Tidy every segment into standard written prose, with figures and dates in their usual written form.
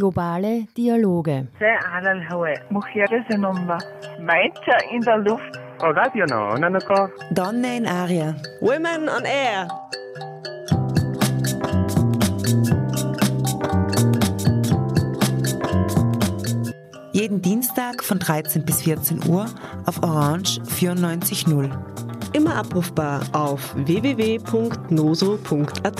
Globale Dialoge. على الهواء مخيرة نمبر Weiter in der Luft Donne in Aria. Women on Air. Jeden Dienstag von 13 bis 14 Uhr auf Orange 94.0. Immer abrufbar auf www.noso.at.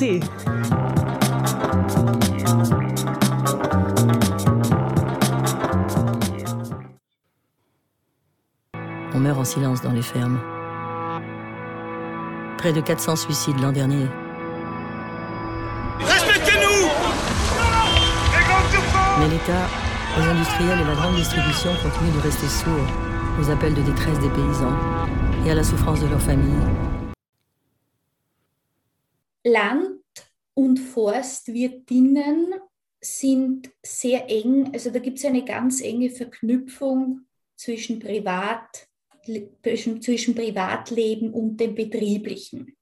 On meurt en silence dans les fermes. Près de 400 suicides l'an dernier. Respectez-nous! Mais l'État, les industriels et la grande distribution continuent de rester sourds aux appels de détresse des paysans et à la souffrance de leurs familles. Land- und Forstwirtinnen sind sehr eng, also da gibt es eine ganz enge Verknüpfung zwischen Privatleben und dem Betrieblichen.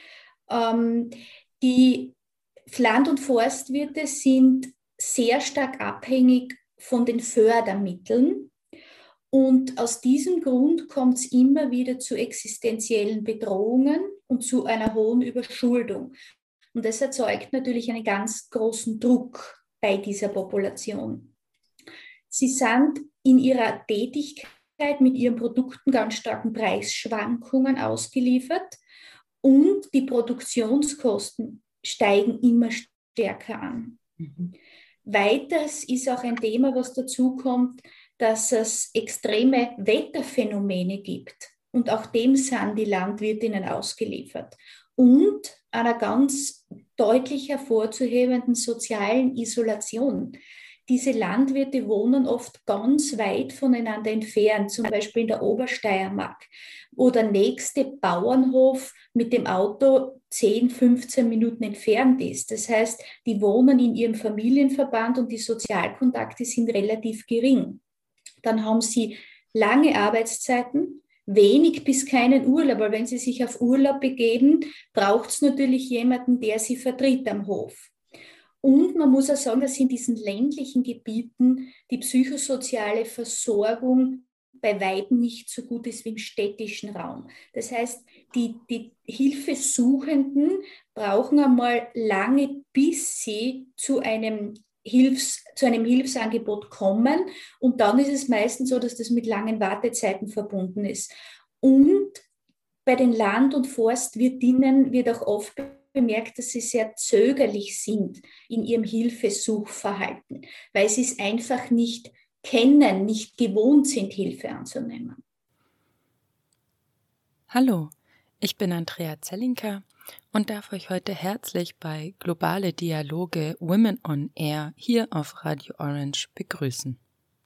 Die Land- und Forstwirte sind sehr stark abhängig von den Fördermitteln und aus diesem Grund kommt es immer wieder zu existenziellen Bedrohungen und zu einer hohen Überschuldung. Und das erzeugt natürlich einen ganz großen Druck bei dieser Population. Sie sind in ihrer Tätigkeit mit ihren Produkten ganz starken Preisschwankungen ausgeliefert und die Produktionskosten steigen immer stärker an. Weiters ist auch ein Thema, was dazu kommt, dass es extreme Wetterphänomene gibt und auch dem sind die Landwirtinnen ausgeliefert. Und einer ganz deutlich hervorzuhebenden sozialen Isolation. Diese Landwirte wohnen oft ganz weit voneinander entfernt, zum Beispiel in der Obersteiermark, wo der nächste Bauernhof mit dem Auto 10, 15 Minuten entfernt ist. Das heißt, die wohnen in ihrem Familienverband und die Sozialkontakte sind relativ gering. Dann haben sie lange Arbeitszeiten, wenig bis keinen Urlaub, weil wenn sie sich auf Urlaub begeben, braucht es natürlich jemanden, der sie vertritt am Hof. Und man muss auch sagen, dass in diesen ländlichen Gebieten die psychosoziale Versorgung bei weitem nicht so gut ist wie im städtischen Raum. Das heißt, die Hilfesuchenden brauchen einmal lange, bis sie zu einem Hilfsangebot kommen. Und dann ist es meistens so, dass das mit langen Wartezeiten verbunden ist. Und bei den Land- und Forstwirtinnen wird auch oft bemerkt, dass sie sehr zögerlich sind in ihrem Hilfesuchverhalten, weil sie es einfach nicht kennen, nicht gewohnt sind, Hilfe anzunehmen. Hallo, ich bin Andrea Zellinker und darf euch heute herzlich bei Globale Dialoge Women on Air hier auf Radio Orange begrüßen.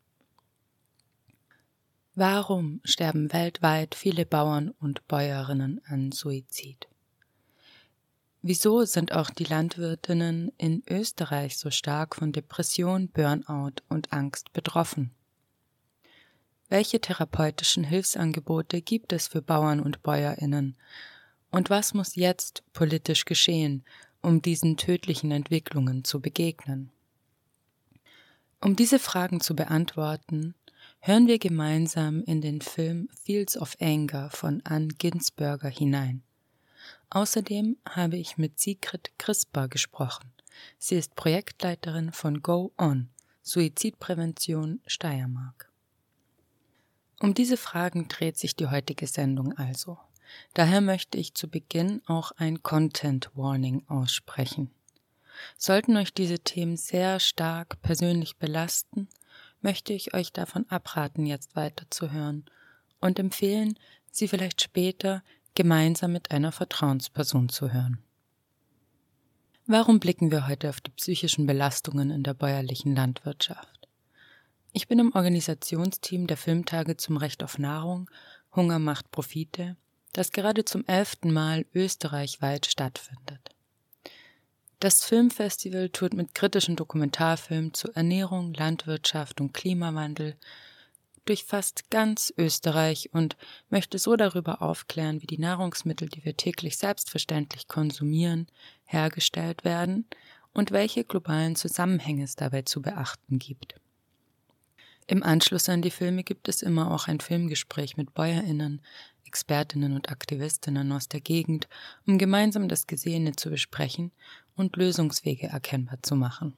Warum sterben weltweit viele Bauern und Bäuerinnen an Suizid? Wieso sind auch die Landwirtinnen in Österreich so stark von Depression, Burnout und Angst betroffen? Welche therapeutischen Hilfsangebote gibt es für Bauern und BäuerInnen? Und was muss jetzt politisch geschehen, um diesen tödlichen Entwicklungen zu begegnen? Um diese Fragen zu beantworten, hören wir gemeinsam in den Film Fields of Anger von Anne Ginsberger hinein. Außerdem habe ich mit Sigrid Crisper gesprochen. Sie ist Projektleiterin von Go On, Suizidprävention Steiermark. Um diese Fragen dreht sich die heutige Sendung also. Daher möchte ich zu Beginn auch ein Content Warning aussprechen. Sollten euch diese Themen sehr stark persönlich belasten, möchte ich euch davon abraten, jetzt weiterzuhören und empfehlen, sie vielleicht später gemeinsam mit einer Vertrauensperson zu hören. Warum blicken wir heute auf die psychischen Belastungen in der bäuerlichen Landwirtschaft? Ich bin im Organisationsteam der Filmtage zum Recht auf Nahrung, Hunger macht Profite, das gerade zum 11. Mal österreichweit stattfindet. Das Filmfestival tourt mit kritischen Dokumentarfilmen zu Ernährung, Landwirtschaft und Klimawandel durch fast ganz Österreich und möchte so darüber aufklären, wie die Nahrungsmittel, die wir täglich selbstverständlich konsumieren, hergestellt werden und welche globalen Zusammenhänge es dabei zu beachten gibt. Im Anschluss an die Filme gibt es immer auch ein Filmgespräch mit BäuerInnen, Expertinnen und Aktivistinnen aus der Gegend, um gemeinsam das Gesehene zu besprechen und Lösungswege erkennbar zu machen.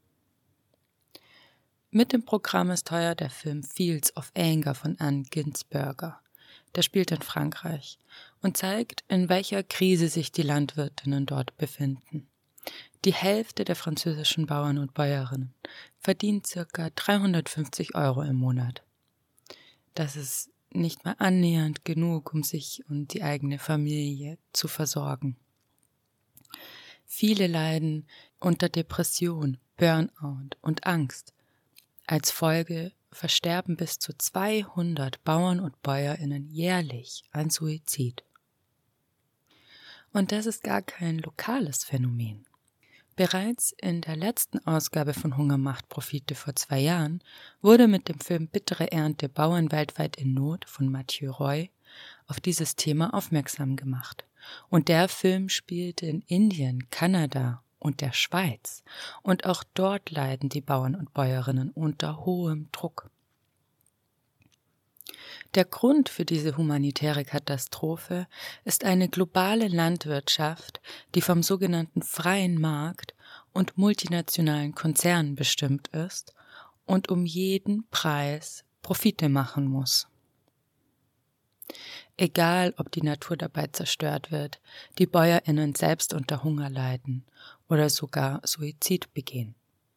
Mit dem Programm ist heuer der Film Fields of Anger von Anne Ginsberger. Der spielt in Frankreich und zeigt, in welcher Krise sich die Landwirtinnen dort befinden. Die Hälfte der französischen Bauern und Bäuerinnen verdient ca. 350 € im Monat. Das ist nicht mal annähernd genug, um sich und die eigene Familie zu versorgen. Viele leiden unter Depression, Burnout und Angst. Als Folge versterben bis zu 200 Bauern und BäuerInnen jährlich an Suizid. Und das ist gar kein lokales Phänomen. Bereits in der letzten Ausgabe von Hunger macht Profite vor 2 Jahren wurde mit dem Film Bittere Ernte – Bauern weltweit in Not von Mathieu Roy auf dieses Thema aufmerksam gemacht. Und der Film spielte in Indien, Kanada und der Schweiz. Und auch dort leiden die Bauern und Bäuerinnen unter hohem Druck. Der Grund für diese humanitäre Katastrophe ist eine globale Landwirtschaft, die vom sogenannten freien Markt und multinationalen Konzernen bestimmt ist und um jeden Preis Profite machen muss. Egal, ob die Natur dabei zerstört wird, die BäuerInnen selbst unter Hunger leiden oder sogar Suizid begehen.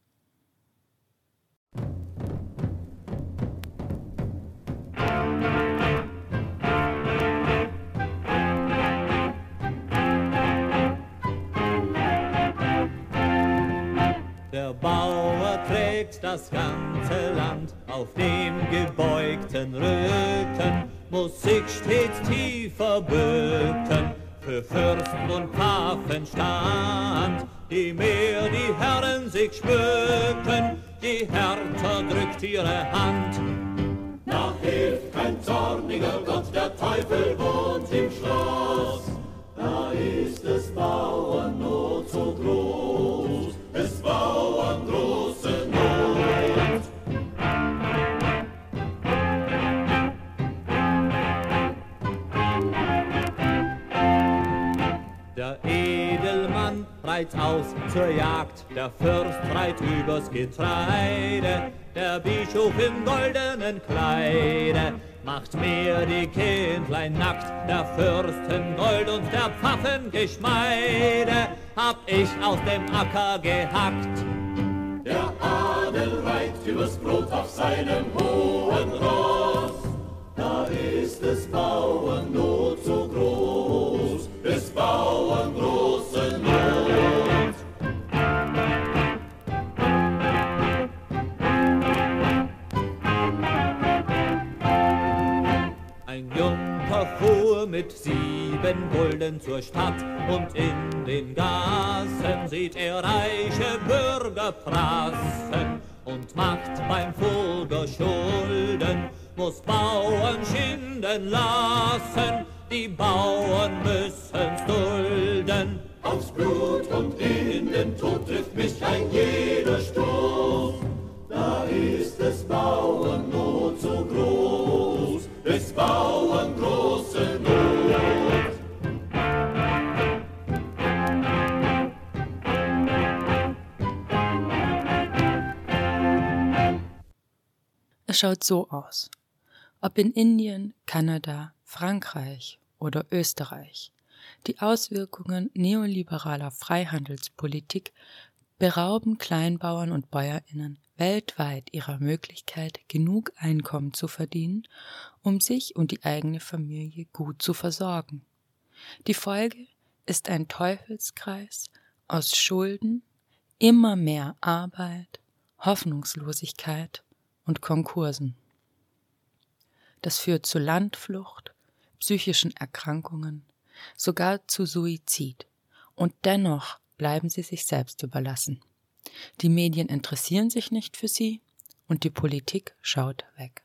Der Bauer trägt das ganze Land auf dem gebeugten Rücken, muss sich stets tiefer bücken, für Fürsten und Papen stand. Je mehr die Herren sich schmücken, je härter drückt ihre Hand. Da hilft kein zorniger Gott, der Teufel wohnt im Schloss. Da ist des Bauern Not so groß, des Bauern große Not. Der Edelmann reiht aus zur Jagd, der Fürst reiht übers Getreide, der Bischof in goldenen Kleide macht mir die Kindlein nackt, der Fürsten Gold und der Pfaffen Geschmeide hab ich aus dem Acker gehackt. Der Adel reitet übers Brot auf seinem hohen Ross, da ist des Bauern Not so groß, des Bauern große Not. Ein Junker fuhr mit 7 Gulden zur Stadt und in den Gassen sieht er reiche Bürger prassen und macht beim Fulger Schulden, muss Bauern schinden lassen, die Bauern müssen's dulden. Aufs Blut und in den Tod trifft mich ein jeder Stoß, da ist des Bauern Not so groß, des Bauern große Not. Es schaut so aus. Ob in Indien, Kanada, Frankreich oder Österreich. Die Auswirkungen neoliberaler Freihandelspolitik berauben Kleinbauern und BäuerInnen weltweit ihrer Möglichkeit, genug Einkommen zu verdienen, um sich und die eigene Familie gut zu versorgen. Die Folge ist ein Teufelskreis aus Schulden, immer mehr Arbeit, Hoffnungslosigkeit und Konkursen. Das führt zu Landflucht, psychischen Erkrankungen, sogar zu Suizid. Und dennoch bleiben sie sich selbst überlassen. Die Medien interessieren sich nicht für sie und die Politik schaut weg.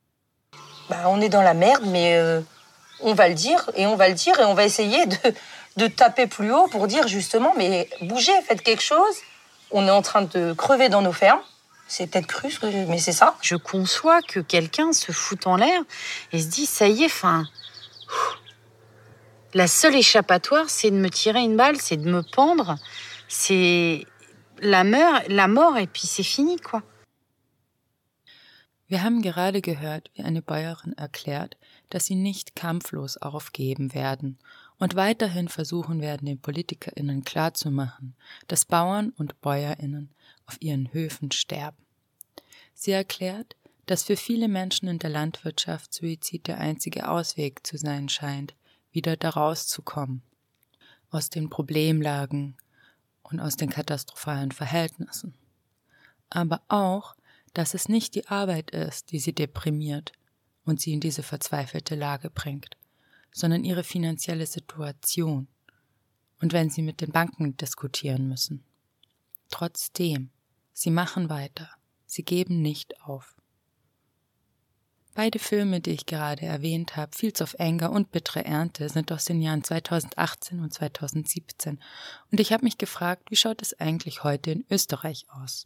On est dans la merde, mais on va le dire et on va essayer de taper plus haut pour dire justement, mais bougez, faites quelque chose. On est en train de crever dans nos fermes. C'est peut-être cru, mais c'est ça. Je conçois que quelqu'un se foute en l'air et se dit, ça y est, la seule échappatoire, c'est de me tirer une balle, c'est de me pendre, c'est la mort et puis c'est fini, quoi. Wir haben gerade gehört, wie eine Bäuerin erklärt, dass sie nicht kampflos aufgeben werden und weiterhin versuchen werden, den PolitikerInnen klarzumachen, dass Bauern und BäuerInnen auf ihren Höfen sterben. Sie erklärt, dass für viele Menschen in der Landwirtschaft Suizid der einzige Ausweg zu sein scheint, wieder da rauszukommen, aus den Problemlagen und aus den katastrophalen Verhältnissen. Aber auch, dass es nicht die Arbeit ist, die sie deprimiert und sie in diese verzweifelte Lage bringt, sondern ihre finanzielle Situation und wenn sie mit den Banken diskutieren müssen. Trotzdem, sie machen weiter, sie geben nicht auf. Beide Filme, die ich gerade erwähnt habe, Fields of Anger und Bittere Ernte, sind aus den Jahren 2018 und 2017 und ich habe mich gefragt, wie schaut es eigentlich heute in Österreich aus?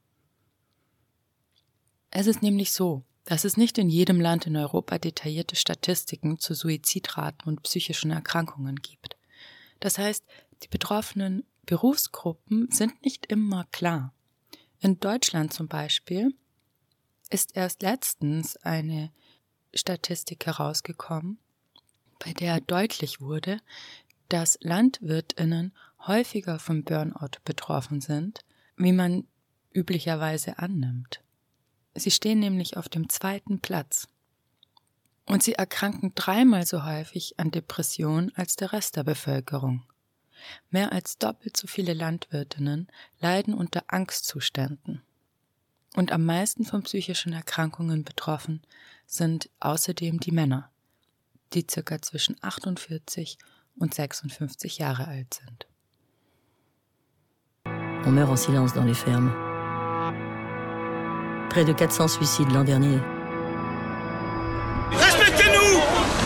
Es ist nämlich so, dass es nicht in jedem Land in Europa detaillierte Statistiken zu Suizidraten und psychischen Erkrankungen gibt. Das heißt, die betroffenen Berufsgruppen sind nicht immer klar. In Deutschland zum Beispiel ist erst letztens eine Statistik herausgekommen, bei der deutlich wurde, dass LandwirtInnen häufiger vom Burnout betroffen sind, wie man üblicherweise annimmt. Sie stehen nämlich auf dem 2. Platz. Und sie erkranken 3-mal so häufig an Depressionen als der Rest der Bevölkerung. Mehr als doppelt so viele Landwirtinnen leiden unter Angstzuständen. Und am meisten von psychischen Erkrankungen betroffen sind außerdem die Männer, die ca. zwischen 48 und 56 Jahre alt sind. On meurt en silence dans les fermes. Près de 400 suicides l'an dernier. Respectez-nous!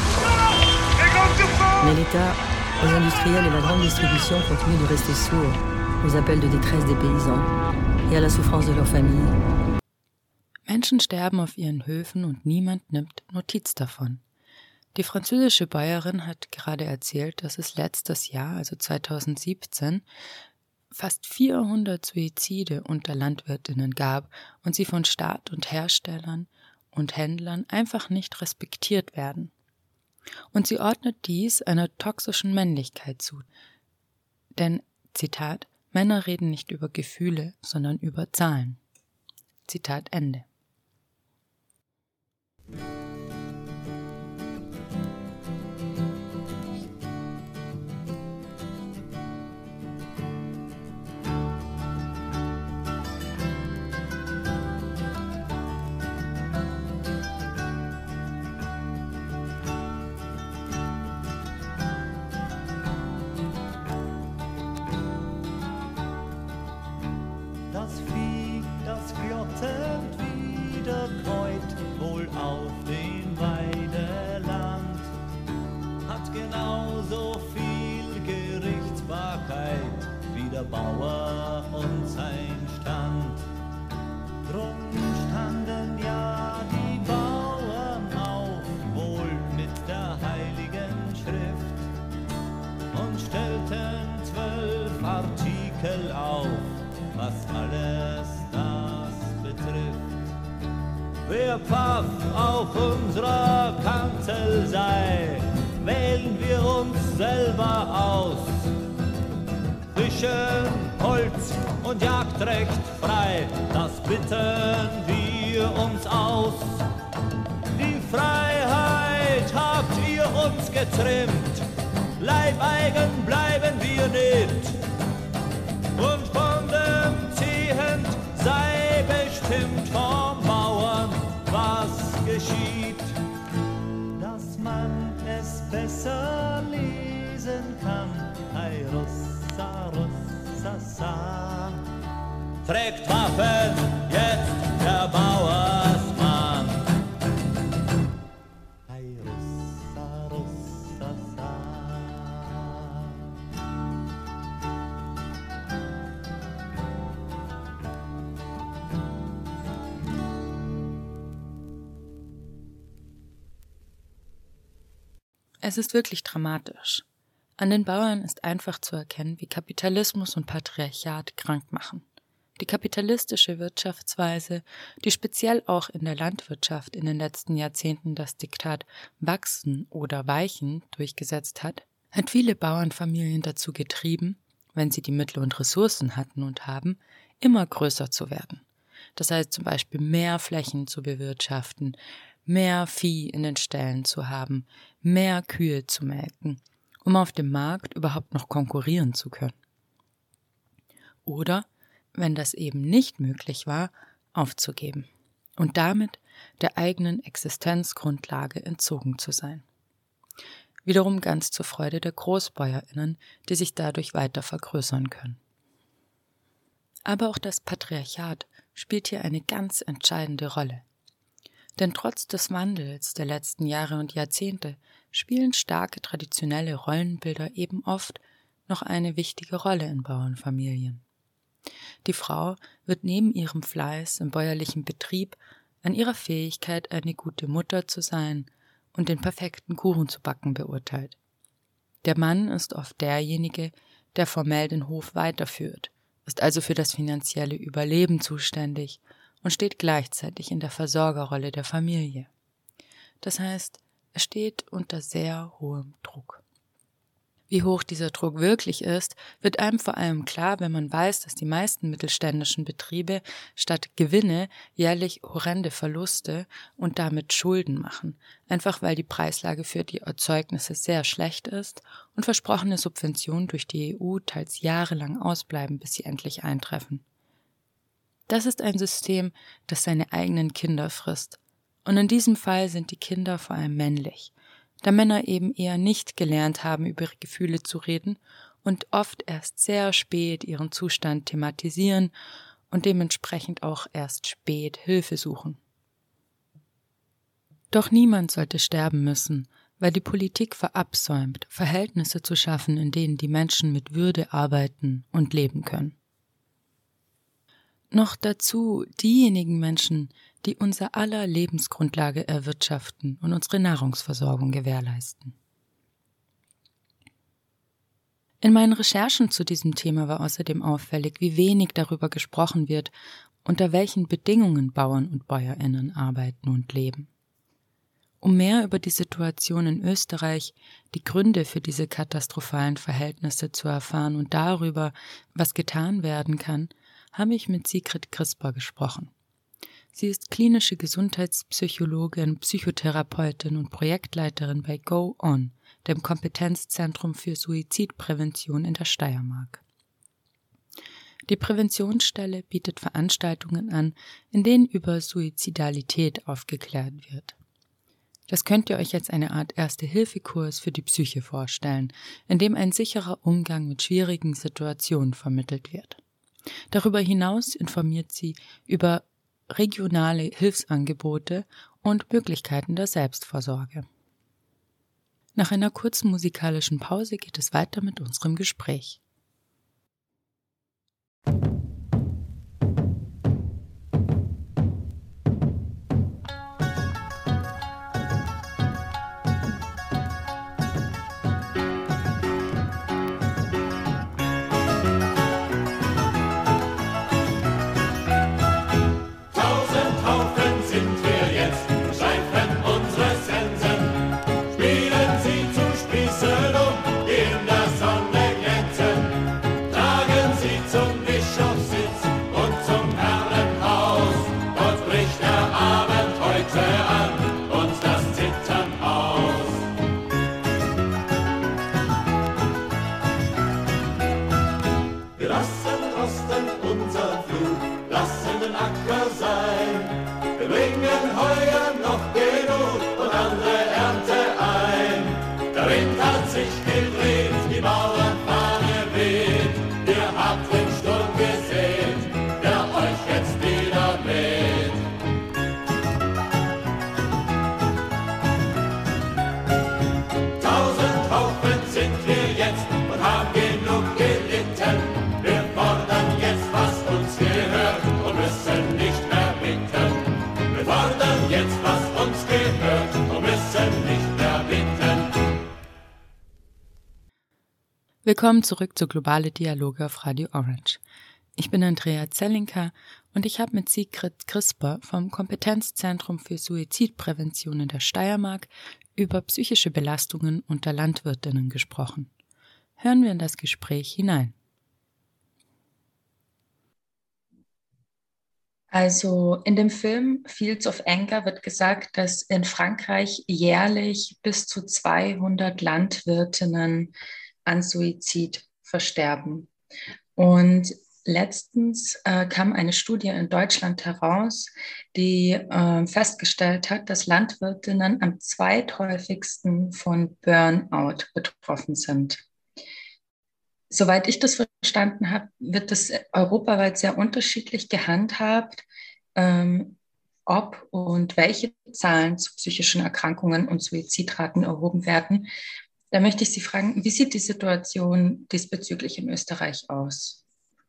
Mais l'État, les industriels et la grande distribution continuent de rester sourds aux appels de détresse des paysans et à la souffrance de leurs familles. Menschen sterben auf ihren Höfen und niemand nimmt Notiz davon. Die französische Bäuerin hat gerade erzählt, dass es letztes Jahr, also 2017, fast 400 Suizide unter Landwirtinnen gab und sie von Staat und Herstellern und Händlern einfach nicht respektiert werden. Und sie ordnet dies einer toxischen Männlichkeit zu. Denn, Zitat, Männer reden nicht über Gefühle, sondern über Zahlen. Zitat Ende. Das Vieh, das glottend wieder käut, wohl auf dem Weideland, hat genauso viel Gerichtsbarkeit wie der Bauer und sein Stand. Drum standen ja die Bauern auf, wohl mit der heiligen Schrift, und stellten 12 Artikel auf, was alles das betrifft. Wer Pfaff auf unserer Kanzel sei, wählen wir uns selber aus. Fischen, Holz und Jagdrecht frei, das bitten wir uns aus. Die Freiheit habt ihr uns getrimmt, Leibeigen bleiben wir nicht. Und von dem Ziehend sei bestimmt vom Bauern, was geschieht. Dass man es besser lesen kann, ei Rossa, Rossa, Sa. Trägt Waffen jetzt der Bauersmann. Ei Rossa, Rossa, Sa. Es ist wirklich dramatisch. An den Bauern ist einfach zu erkennen, wie Kapitalismus und Patriarchat krank machen. Die kapitalistische Wirtschaftsweise, die speziell auch in der Landwirtschaft in den letzten Jahrzehnten das Diktat wachsen oder weichen durchgesetzt hat viele Bauernfamilien dazu getrieben, wenn sie die Mittel und Ressourcen hatten und haben, immer größer zu werden. Das heißt zum Beispiel mehr Flächen zu bewirtschaften, mehr Vieh in den Ställen zu haben, mehr Kühe zu melken, um auf dem Markt überhaupt noch konkurrieren zu können. Oder, wenn das eben nicht möglich war, aufzugeben und damit der eigenen Existenzgrundlage entzogen zu sein. Wiederum ganz zur Freude der GroßbäuerInnen, die sich dadurch weiter vergrößern können. Aber auch das Patriarchat spielt hier eine ganz entscheidende Rolle. Denn trotz des Wandels der letzten Jahre und Jahrzehnte spielen starke traditionelle Rollenbilder eben oft noch eine wichtige Rolle in Bauernfamilien. Die Frau wird neben ihrem Fleiß im bäuerlichen Betrieb an ihrer Fähigkeit, eine gute Mutter zu sein und den perfekten Kuchen zu backen beurteilt. Der Mann ist oft derjenige, der formell den Hof weiterführt, ist also für das finanzielle Überleben zuständig und steht gleichzeitig in der Versorgerrolle der Familie. Das heißt, er steht unter sehr hohem Druck. Wie hoch dieser Druck wirklich ist, wird einem vor allem klar, wenn man weiß, dass die meisten mittelständischen Betriebe statt Gewinne jährlich horrende Verluste und damit Schulden machen, einfach weil die Preislage für die Erzeugnisse sehr schlecht ist und versprochene Subventionen durch die EU teils jahrelang ausbleiben, bis sie endlich eintreffen. Das ist ein System, das seine eigenen Kinder frisst. Und in diesem Fall sind die Kinder vor allem männlich, da Männer eben eher nicht gelernt haben, über ihre Gefühle zu reden und oft erst sehr spät ihren Zustand thematisieren und dementsprechend auch erst spät Hilfe suchen. Doch niemand sollte sterben müssen, weil die Politik verabsäumt, Verhältnisse zu schaffen, in denen die Menschen mit Würde arbeiten und leben können. Noch dazu diejenigen Menschen, die unser aller Lebensgrundlage erwirtschaften und unsere Nahrungsversorgung gewährleisten. In meinen Recherchen zu diesem Thema war außerdem auffällig, wie wenig darüber gesprochen wird, unter welchen Bedingungen Bauern und BäuerInnen arbeiten und leben. Um mehr über die Situation in Österreich, die Gründe für diese katastrophalen Verhältnisse zu erfahren und darüber, was getan werden kann, habe ich mit Sigrid Crisper gesprochen. Sie ist klinische Gesundheitspsychologin, Psychotherapeutin und Projektleiterin bei Go On, dem Kompetenzzentrum für Suizidprävention in der Steiermark. Die Präventionsstelle bietet Veranstaltungen an, in denen über Suizidalität aufgeklärt wird. Das könnt ihr euch als eine Art Erste-Hilfe-Kurs für die Psyche vorstellen, in dem ein sicherer Umgang mit schwierigen Situationen vermittelt wird. Darüber hinaus informiert sie über regionale Hilfsangebote und Möglichkeiten der Selbstvorsorge. Nach einer kurzen musikalischen Pause geht es weiter mit unserem Gespräch. Willkommen zurück zu Globale Dialoge auf Radio Orange. Ich bin Andrea Zellinker und ich habe mit Sigrid Crisper vom Kompetenzzentrum für Suizidprävention in der Steiermark über psychische Belastungen unter Landwirtinnen gesprochen. Hören wir in das Gespräch hinein. Also in dem Film Fields of Anger wird gesagt, dass in Frankreich jährlich bis zu 200 Landwirtinnen an Suizid versterben. Und letztens kam eine Studie in Deutschland heraus, die festgestellt hat, dass Landwirtinnen am zweithäufigsten von Burnout betroffen sind. Soweit ich das verstanden habe, wird das europaweit sehr unterschiedlich gehandhabt, ob und welche Zahlen zu psychischen Erkrankungen und Suizidraten erhoben werden. Da möchte ich Sie fragen, wie sieht die Situation diesbezüglich in Österreich aus?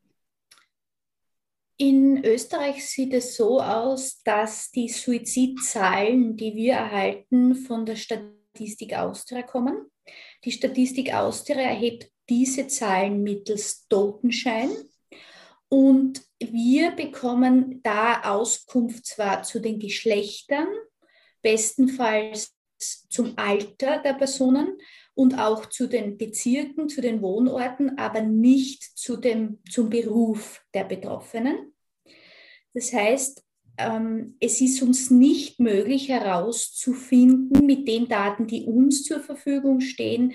In Österreich sieht es so aus, dass die Suizidzahlen, die wir erhalten, von der Statistik Austria kommen. Die Statistik Austria erhebt diese Zahlen mittels Totenschein und wir bekommen da Auskunft zwar zu den Geschlechtern, bestenfalls zum Alter der Personen und auch zu den Bezirken, zu den Wohnorten, aber nicht zum Beruf der Betroffenen. Das heißt, es ist uns nicht möglich herauszufinden mit den Daten, die uns zur Verfügung stehen,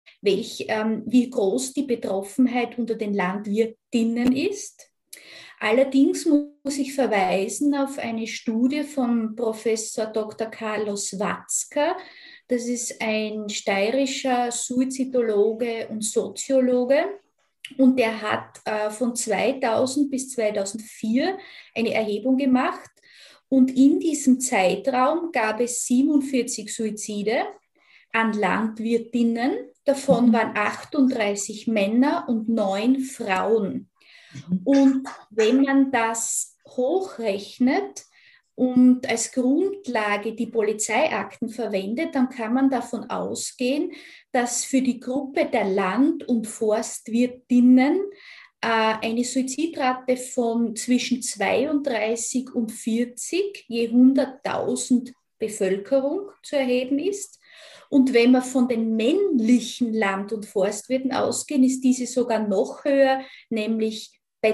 wie groß die Betroffenheit unter den Landwirtinnen ist. Allerdings muss ich verweisen auf eine Studie von Professor Dr. Carlos Watzka. Das ist ein steirischer Suizidologe und Soziologe. Und der hat von 2000 bis 2004 eine Erhebung gemacht. Und in diesem Zeitraum gab es 47 Suizide an Landwirtinnen. Davon waren 38 Männer und 9 Frauen. Und wenn man das hochrechnet und als Grundlage die Polizeiakten verwendet, dann kann man davon ausgehen, dass für die Gruppe der Land- und Forstwirtinnen eine Suizidrate von zwischen 32 und 40 je 100.000 Bevölkerung zu erheben ist. Und wenn wir von den männlichen Land- und Forstwirten ausgehen, ist diese sogar noch höher, nämlich bei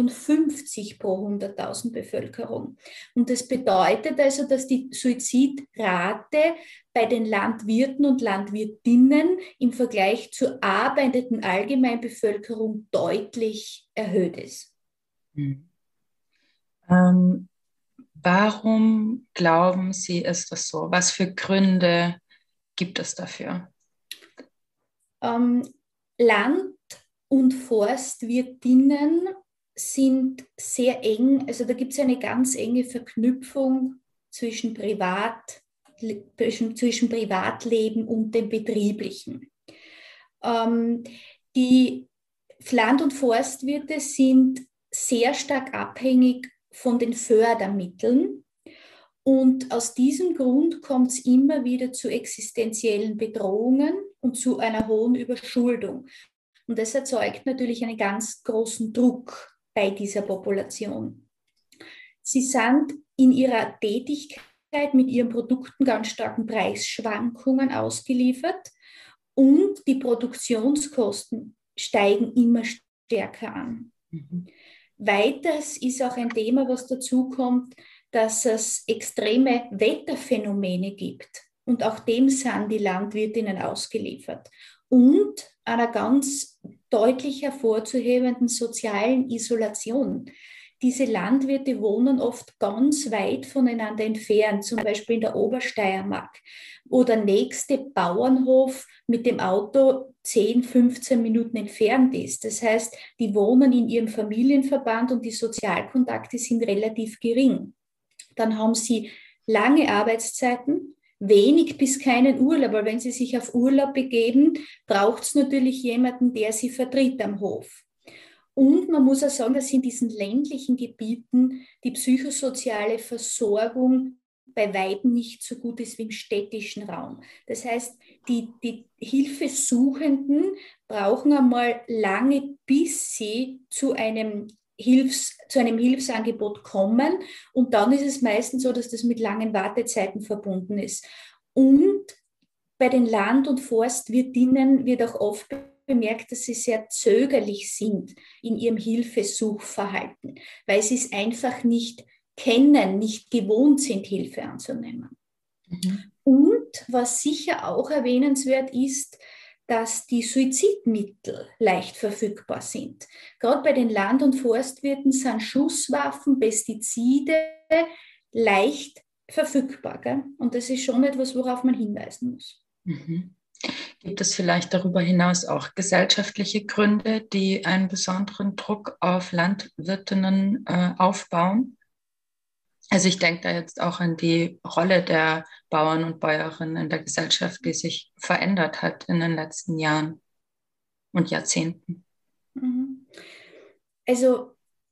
53 pro 100.000 Bevölkerung. Und das bedeutet also, dass die Suizidrate bei den Landwirten und Landwirtinnen im Vergleich zur arbeitenden Allgemeinbevölkerung deutlich erhöht ist. Warum glauben Sie, ist das so? Was für Gründe gibt es dafür? Land- und Forstwirtinnen sind sehr eng, also da gibt es eine ganz enge Verknüpfung zwischen Privatleben und dem Betrieblichen. Die Land- und Forstwirte sind sehr stark abhängig von den Fördermitteln. Und aus diesem Grund kommt es immer wieder zu existenziellen Bedrohungen und zu einer hohen Überschuldung. Und das erzeugt natürlich einen ganz großen Druck bei dieser Population. Sie sind in ihrer Tätigkeit mit ihren Produkten ganz starken Preisschwankungen ausgeliefert und die Produktionskosten steigen immer stärker an. Weiters ist auch ein Thema, was dazu kommt, dass es extreme Wetterphänomene gibt. Und auch dem sind die Landwirtinnen ausgeliefert. Und einer ganz deutlich hervorzuhebenden sozialen Isolation. Diese Landwirte wohnen oft ganz weit voneinander entfernt, zum Beispiel in der Obersteiermark, wo der nächste Bauernhof mit dem Auto 10, 15 Minuten entfernt ist. Das heißt, die wohnen in ihrem Familienverband und die Sozialkontakte sind relativ gering. Dann haben sie lange Arbeitszeiten, wenig bis keinen Urlaub, weil wenn sie sich auf Urlaub begeben, braucht es natürlich jemanden, der sie vertritt am Hof. Und man muss auch sagen, dass in diesen ländlichen Gebieten die psychosoziale Versorgung bei weitem nicht so gut ist wie im städtischen Raum. Das heißt, die Hilfesuchenden brauchen einmal lange, bis sie zu einem Hilfsangebot kommen. Und dann ist es meistens so, dass das mit langen Wartezeiten verbunden ist. Und bei den Land- und Forstwirtinnen wird auch oft bemerkt, dass sie sehr zögerlich sind in ihrem Hilfesuchverhalten, weil sie es einfach nicht kennen, nicht gewohnt sind, Hilfe anzunehmen. Mhm. Und was sicher auch erwähnenswert ist, dass die Suizidmittel leicht verfügbar sind. Gerade bei den Land- und Forstwirten sind Schusswaffen, Pestizide leicht verfügbar. Gell? Und das ist schon etwas, worauf man hinweisen muss. Mhm. Gibt es vielleicht darüber hinaus auch gesellschaftliche Gründe, die einen besonderen Druck auf Landwirtinnen aufbauen? Also ich denke da jetzt auch an die Rolle der Bauern und Bäuerinnen in der Gesellschaft, die sich verändert hat in den letzten Jahren und Jahrzehnten. Also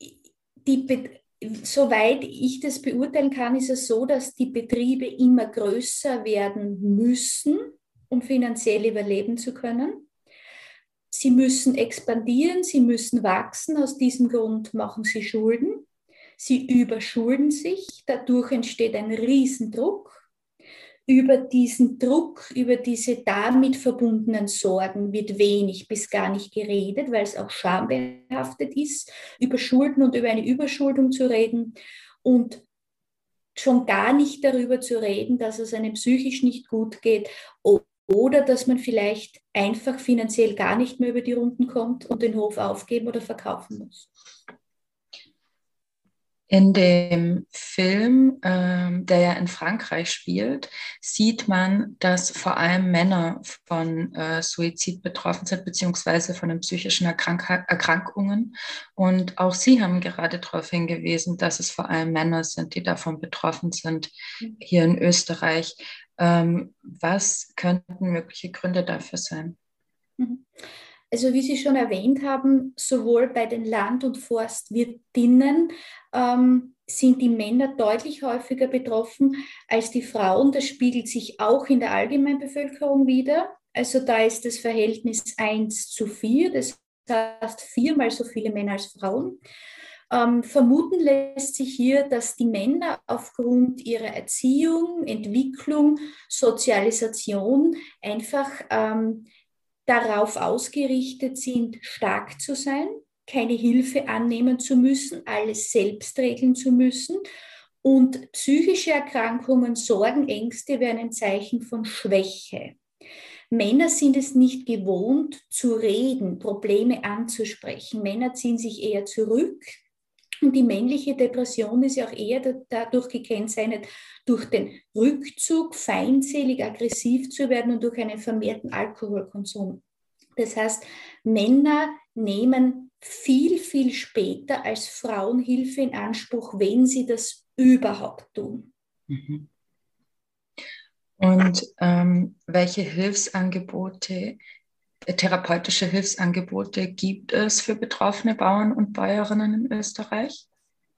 soweit ich das beurteilen kann, ist es so, dass die Betriebe immer größer werden müssen, um finanziell überleben zu können. Sie müssen expandieren, sie müssen wachsen, aus diesem Grund machen sie Schulden. Sie überschulden sich, dadurch entsteht ein Riesendruck. Über diesen Druck, über diese damit verbundenen Sorgen wird wenig bis gar nicht geredet, weil es auch schambehaftet ist, über Schulden und über eine Überschuldung zu reden und schon gar nicht darüber zu reden, dass es einem psychisch nicht gut geht oder dass man vielleicht einfach finanziell gar nicht mehr über die Runden kommt und den Hof aufgeben oder verkaufen muss. In dem Film, der ja in Frankreich spielt, sieht man, dass vor allem Männer von Suizid betroffen sind, beziehungsweise von den psychischen Erkrankungen. Und auch Sie haben gerade darauf hingewiesen, dass es vor allem Männer sind, die davon betroffen sind, hier in Österreich. Was könnten mögliche Gründe dafür sein? Also wie Sie schon erwähnt haben, sowohl bei den Land- und Forstwirtinnen sind die Männer deutlich häufiger betroffen als die Frauen. Das spiegelt sich auch in der Allgemeinbevölkerung wider. Also da ist das Verhältnis 1:4, das heißt 4-mal so viele Männer als Frauen. Vermuten lässt sich hier, dass die Männer aufgrund ihrer Erziehung, Entwicklung, Sozialisation einfach darauf ausgerichtet sind, stark zu sein, keine Hilfe annehmen zu müssen, alles selbst regeln zu müssen. Und psychische Erkrankungen, Sorgen, Ängste wären ein Zeichen von Schwäche. Männer sind es nicht gewohnt, zu reden, Probleme anzusprechen. Männer ziehen sich eher zurück. Und die männliche Depression ist ja auch eher dadurch gekennzeichnet, durch den Rückzug, feindselig, aggressiv zu werden und durch einen vermehrten Alkoholkonsum. Das heißt, Männer nehmen viel, viel später als Frauen Hilfe in Anspruch, wenn sie das überhaupt tun. Mhm. Und welche Hilfsangebote, therapeutische Hilfsangebote gibt es für betroffene Bauern und Bäuerinnen in Österreich?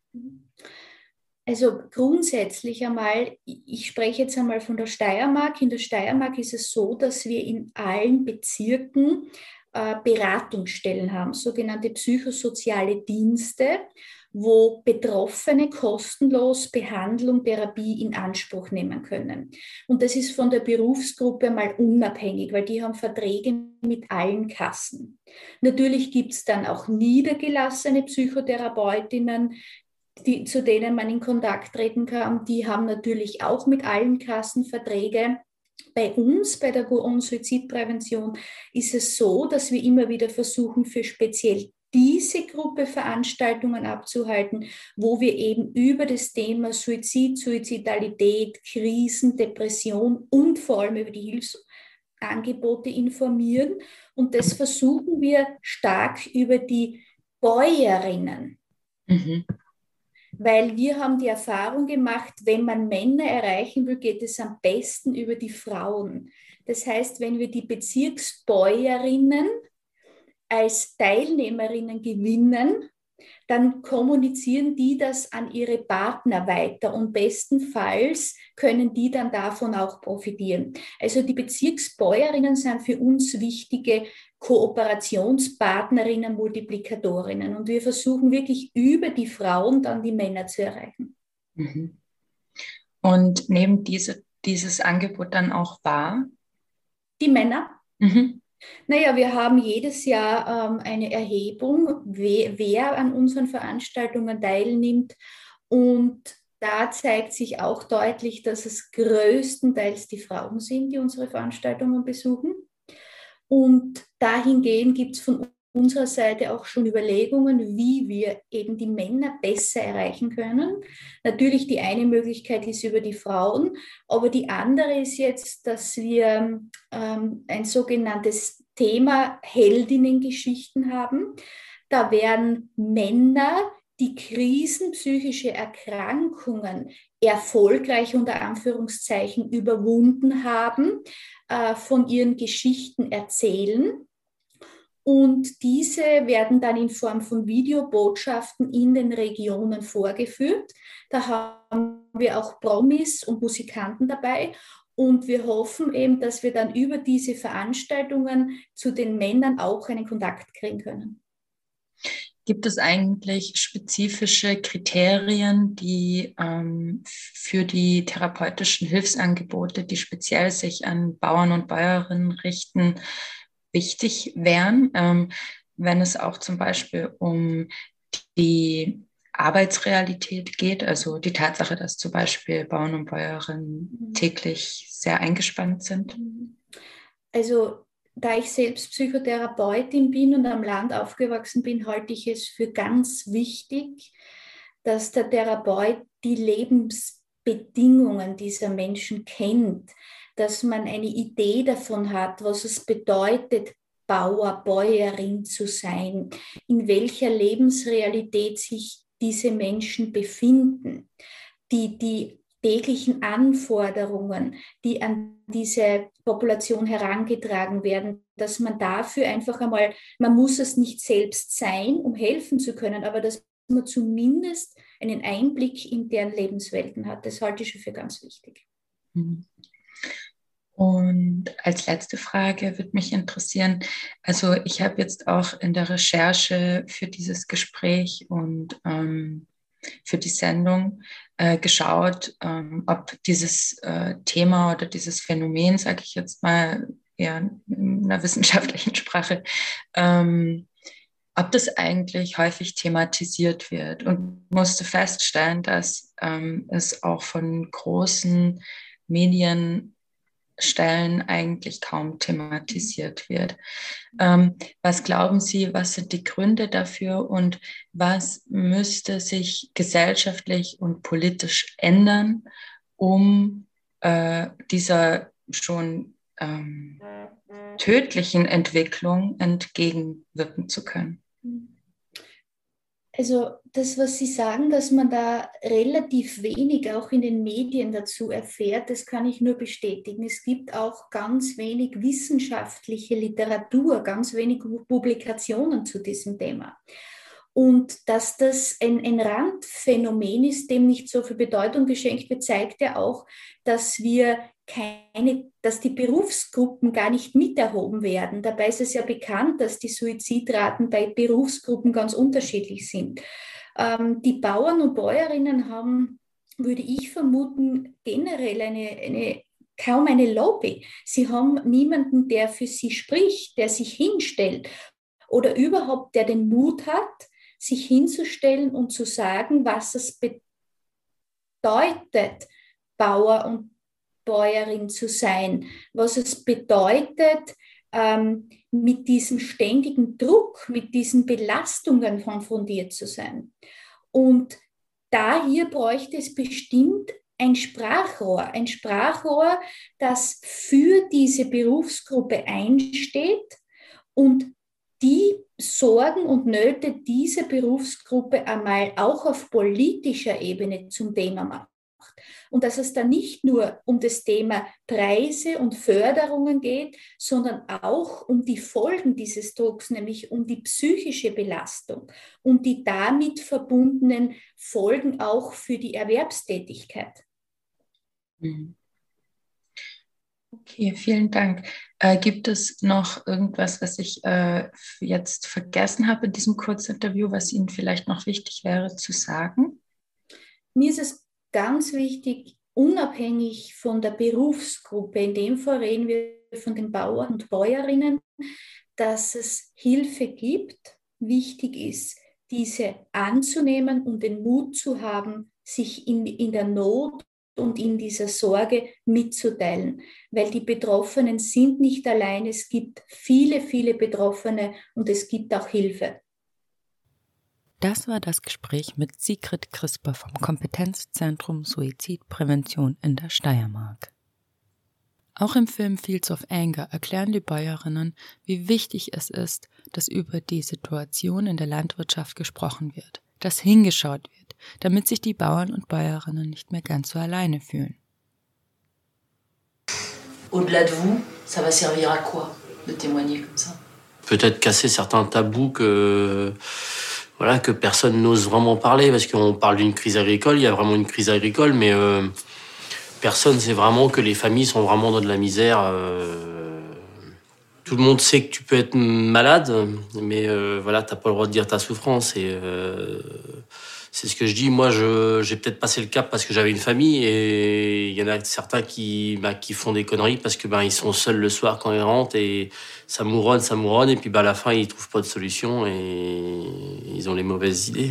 Also grundsätzlich einmal, ich spreche jetzt einmal von der Steiermark. In der Steiermark ist es so, dass wir in allen Bezirken Beratungsstellen haben, sogenannte psychosoziale Dienste, wo Betroffene kostenlos Behandlung, Therapie in Anspruch nehmen können. Und das ist von der Berufsgruppe mal unabhängig, weil die haben Verträge mit allen Kassen. Natürlich gibt es dann auch niedergelassene Psychotherapeutinnen, zu denen man in Kontakt treten kann. Die haben natürlich auch mit allen Kassen Verträge. Bei uns, bei der Go-On-Suizidprävention, ist es so, dass wir immer wieder versuchen, für speziell diese Gruppe Veranstaltungen abzuhalten, wo wir eben über das Thema Suizid, Suizidalität, Krisen, Depression und vor allem über die Hilfsangebote informieren. Und das versuchen wir stark über die Bäuerinnen. Mhm. Weil wir haben die Erfahrung gemacht, wenn man Männer erreichen will, geht es am besten über die Frauen. Das heißt, wenn wir die Bezirksbäuerinnen als Teilnehmerinnen gewinnen, dann kommunizieren die das an ihre Partner weiter und bestenfalls können die dann davon auch profitieren. Also die Bezirksbäuerinnen sind für uns wichtige Kooperationspartnerinnen, Multiplikatorinnen und wir versuchen wirklich über die Frauen dann die Männer zu erreichen. Mhm. Und nehmen dieses Angebot dann auch wahr? Die Männer? Mhm. Naja, wir haben jedes Jahr eine Erhebung, wer an unseren Veranstaltungen teilnimmt. Und da zeigt sich auch deutlich, dass es größtenteils die Frauen sind, die unsere Veranstaltungen besuchen. Und dahingehend gibt es von unserer Seite auch schon Überlegungen, wie wir eben die Männer besser erreichen können. Natürlich die eine Möglichkeit ist über die Frauen, aber die andere ist jetzt, dass wir ein sogenanntes Thema Heldinnengeschichten haben. Da werden Männer, die krisenpsychische Erkrankungen erfolgreich unter Anführungszeichen überwunden haben, von ihren Geschichten erzählen. Und diese werden dann in Form von Videobotschaften in den Regionen vorgeführt. Da haben wir auch Promis und Musikanten dabei. Und wir hoffen eben, dass wir dann über diese Veranstaltungen zu den Männern auch einen Kontakt kriegen können. Gibt es eigentlich spezifische Kriterien, die für die therapeutischen Hilfsangebote, die speziell sich an Bauern und Bäuerinnen richten, wichtig wären, wenn es auch zum Beispiel um die Arbeitsrealität geht, also die Tatsache, dass zum Beispiel Bauern und Bäuerinnen täglich sehr eingespannt sind? Also da ich selbst Psychotherapeutin bin und am Land aufgewachsen bin, halte ich es für ganz wichtig, dass der Therapeut die Lebensbedingungen dieser Menschen kennt, dass man eine Idee davon hat, was es bedeutet, Bauer, Bäuerin zu sein, in welcher Lebensrealität sich diese Menschen befinden, die täglichen Anforderungen, die an diese Population herangetragen werden, dass man dafür einfach einmal, man muss es nicht selbst sein, um helfen zu können, aber dass man zumindest einen Einblick in deren Lebenswelten hat. Das halte ich schon für ganz wichtig. Und als letzte Frage würde mich interessieren, also ich habe jetzt auch in der Recherche für dieses Gespräch und für die Sendung geschaut, ob dieses Thema oder dieses Phänomen, sage ich jetzt mal eher in einer wissenschaftlichen Sprache, ob das eigentlich häufig thematisiert wird und musste feststellen, dass es auch von großen Medienstellen eigentlich kaum thematisiert wird. Was glauben Sie, was sind die Gründe dafür und was müsste sich gesellschaftlich und politisch ändern, um dieser schon tödlichen Entwicklung entgegenwirken zu können? Also das, was Sie sagen, dass man da relativ wenig auch in den Medien dazu erfährt, das kann ich nur bestätigen. Es gibt auch ganz wenig wissenschaftliche Literatur, ganz wenig Publikationen zu diesem Thema. Und dass das ein Randphänomen ist, dem nicht so viel Bedeutung geschenkt wird, zeigt ja auch, dass die Berufsgruppen gar nicht miterhoben werden. Dabei ist es ja bekannt, dass die Suizidraten bei Berufsgruppen ganz unterschiedlich sind. Die Bauern und Bäuerinnen haben, würde ich vermuten, generell kaum eine Lobby. Sie haben niemanden, der für sie spricht, der sich hinstellt oder überhaupt, der den Mut hat, sich hinzustellen und zu sagen, was es bedeutet, Bauer und Bäuerin zu sein, was es bedeutet, mit diesem ständigen Druck, mit diesen Belastungen konfrontiert zu sein. Und hier bräuchte es bestimmt ein Sprachrohr, das für diese Berufsgruppe einsteht und die Sorgen und Nöte dieser Berufsgruppe einmal auch auf politischer Ebene zum Thema macht. Und dass es da nicht nur um das Thema Preise und Förderungen geht, sondern auch um die Folgen dieses Drucks, nämlich um die psychische Belastung und die damit verbundenen Folgen auch für die Erwerbstätigkeit. Okay, vielen Dank. Gibt es noch irgendwas, was ich jetzt vergessen habe in diesem Kurzinterview, was Ihnen vielleicht noch wichtig wäre zu sagen? Mir ist es ganz wichtig, unabhängig von der Berufsgruppe, in dem Fall reden wir von den Bauern und Bäuerinnen, dass es Hilfe gibt. Wichtig ist, diese anzunehmen und den Mut zu haben, sich in der Not und in dieser Sorge mitzuteilen, weil die Betroffenen sind nicht allein, es gibt viele, viele Betroffene und es gibt auch Hilfe. Das war das Gespräch mit Sigrid Crisper vom Kompetenzzentrum Suizidprävention in der Steiermark. Auch im Film Fields of Anger erklären die Bäuerinnen, wie wichtig es ist, dass über die Situation in der Landwirtschaft gesprochen wird, dass hingeschaut wird, damit sich die Bauern und Bäuerinnen nicht mehr ganz so alleine fühlen. Au-delà de vous, ça va servir à quoi de témoigner comme ça? Peut-être casser certains tabous que personne n'ose vraiment parler, parce qu'on parle d'une crise agricole, il y a vraiment une crise agricole, mais personne ne sait vraiment que les familles sont vraiment dans de la misère. Tout le monde sait que tu peux être malade, mais t'as pas le droit de dire ta souffrance. Et c'est ce que je dis. Moi, j'ai peut-être passé le cap parce que j'avais une famille, et il y en a certains qui font des conneries parce que ils sont seuls le soir quand ils rentrent, et ça mouronne, et puis à la fin ils trouvent pas de solution et ils ont les mauvaises idées.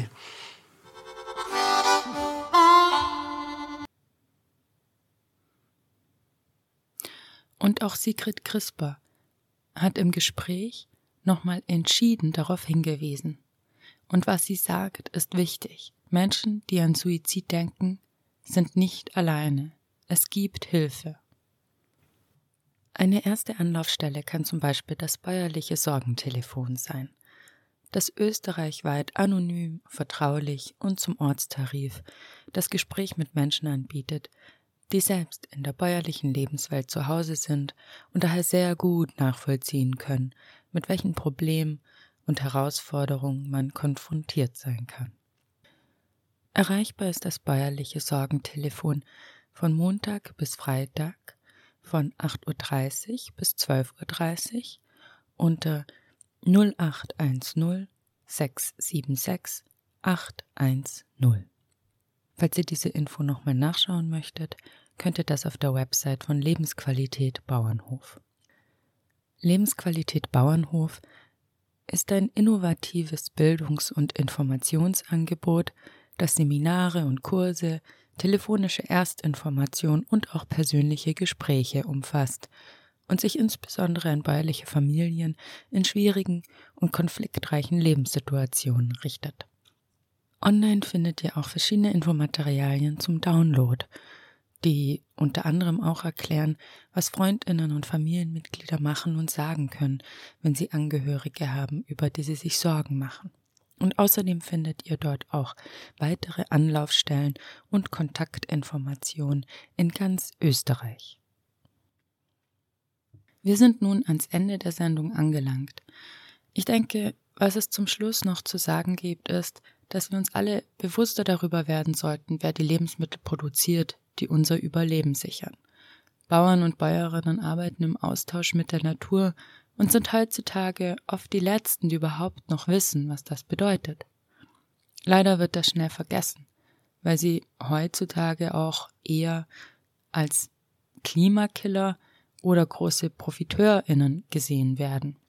Und auch Sigrid Crisper hat im Gespräch nochmal entschieden darauf hingewiesen. Und was sie sagt, ist wichtig. Menschen, die an Suizid denken, sind nicht alleine. Es gibt Hilfe. Eine erste Anlaufstelle kann zum Beispiel das bäuerliche Sorgentelefon sein, das österreichweit anonym, vertraulich und zum Ortstarif das Gespräch mit Menschen anbietet, die selbst in der bäuerlichen Lebenswelt zu Hause sind und daher sehr gut nachvollziehen können, mit welchen Problemen und Herausforderungen man konfrontiert sein kann. Erreichbar ist das bäuerliche Sorgentelefon von Montag bis Freitag von 8.30 Uhr bis 12.30 Uhr unter 0810 676 810. Falls ihr diese Info nochmal nachschauen möchtet, könnt ihr das auf der Website von Lebensqualität Bauernhof. Lebensqualität Bauernhof ist ein innovatives Bildungs- und Informationsangebot, das Seminare und Kurse, telefonische Erstinformation und auch persönliche Gespräche umfasst und sich insbesondere an bäuerliche Familien in schwierigen und konfliktreichen Lebenssituationen richtet. Online findet ihr auch verschiedene Infomaterialien zum Download, die unter anderem auch erklären, was Freundinnen und Familienmitglieder machen und sagen können, wenn sie Angehörige haben, über die sie sich Sorgen machen. Und außerdem findet ihr dort auch weitere Anlaufstellen und Kontaktinformationen in ganz Österreich. Wir sind nun ans Ende der Sendung angelangt. Ich denke, was es zum Schluss noch zu sagen gibt, ist, dass wir uns alle bewusster darüber werden sollten, wer die Lebensmittel produziert, die unser Überleben sichern. Bauern und Bäuerinnen arbeiten im Austausch mit der Natur und sind heutzutage oft die Letzten, die überhaupt noch wissen, was das bedeutet. Leider wird das schnell vergessen, weil sie heutzutage auch eher als Klimakiller oder große ProfiteurInnen gesehen werden.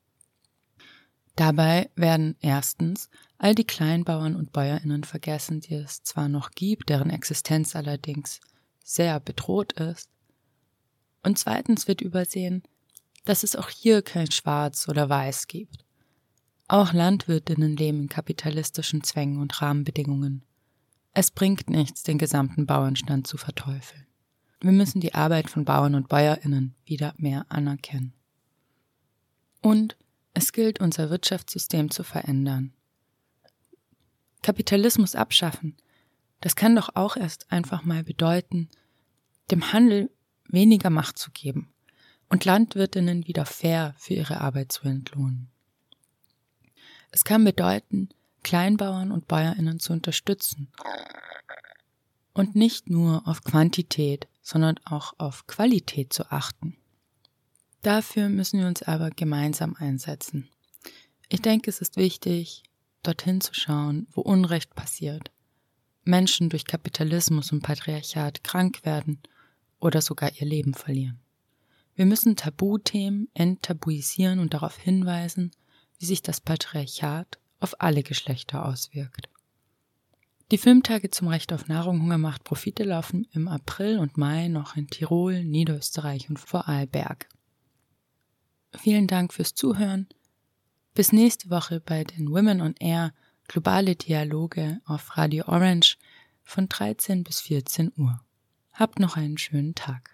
Dabei werden erstens all die Kleinbauern und BäuerInnen vergessen, die es zwar noch gibt, deren Existenz allerdings sehr bedroht ist. Und zweitens wird übersehen, dass es auch hier kein Schwarz oder Weiß gibt. Auch Landwirtinnen leben in kapitalistischen Zwängen und Rahmenbedingungen. Es bringt nichts, den gesamten Bauernstand zu verteufeln. Wir müssen die Arbeit von Bauern und BäuerInnen wieder mehr anerkennen. Und es gilt, unser Wirtschaftssystem zu verändern. Kapitalismus abschaffen Das kann doch auch erst einfach mal bedeuten, dem Handel weniger Macht zu geben und Landwirtinnen wieder fair für ihre Arbeit zu entlohnen. Es kann bedeuten, Kleinbauern und BäuerInnen zu unterstützen und nicht nur auf Quantität, sondern auch auf Qualität zu achten. Dafür müssen wir uns aber gemeinsam einsetzen. Ich denke, es ist wichtig, dorthin zu schauen, wo Unrecht passiert, Menschen durch Kapitalismus und Patriarchat krank werden oder sogar ihr Leben verlieren. Wir müssen Tabuthemen enttabuisieren und darauf hinweisen, wie sich das Patriarchat auf alle Geschlechter auswirkt. Die Filmtage zum Recht auf Nahrung, Hunger macht Profite laufen im April und Mai noch in Tirol, Niederösterreich und Vorarlberg. Vielen Dank fürs Zuhören. Bis nächste Woche bei den Women on Air globale Dialoge auf Radio Orange von 13 bis 14 Uhr. Habt noch einen schönen Tag.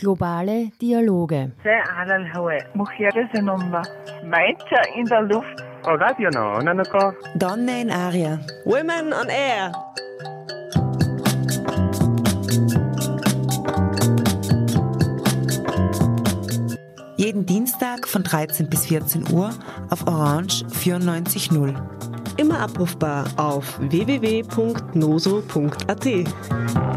Globale Dialoge. على الهواء مخيرة النملة ميتة in der Luft Donne in Aria. Women on Air. Jeden Dienstag von 13 bis 14 Uhr auf Orange 94.0. Immer abrufbar auf www.noso.at.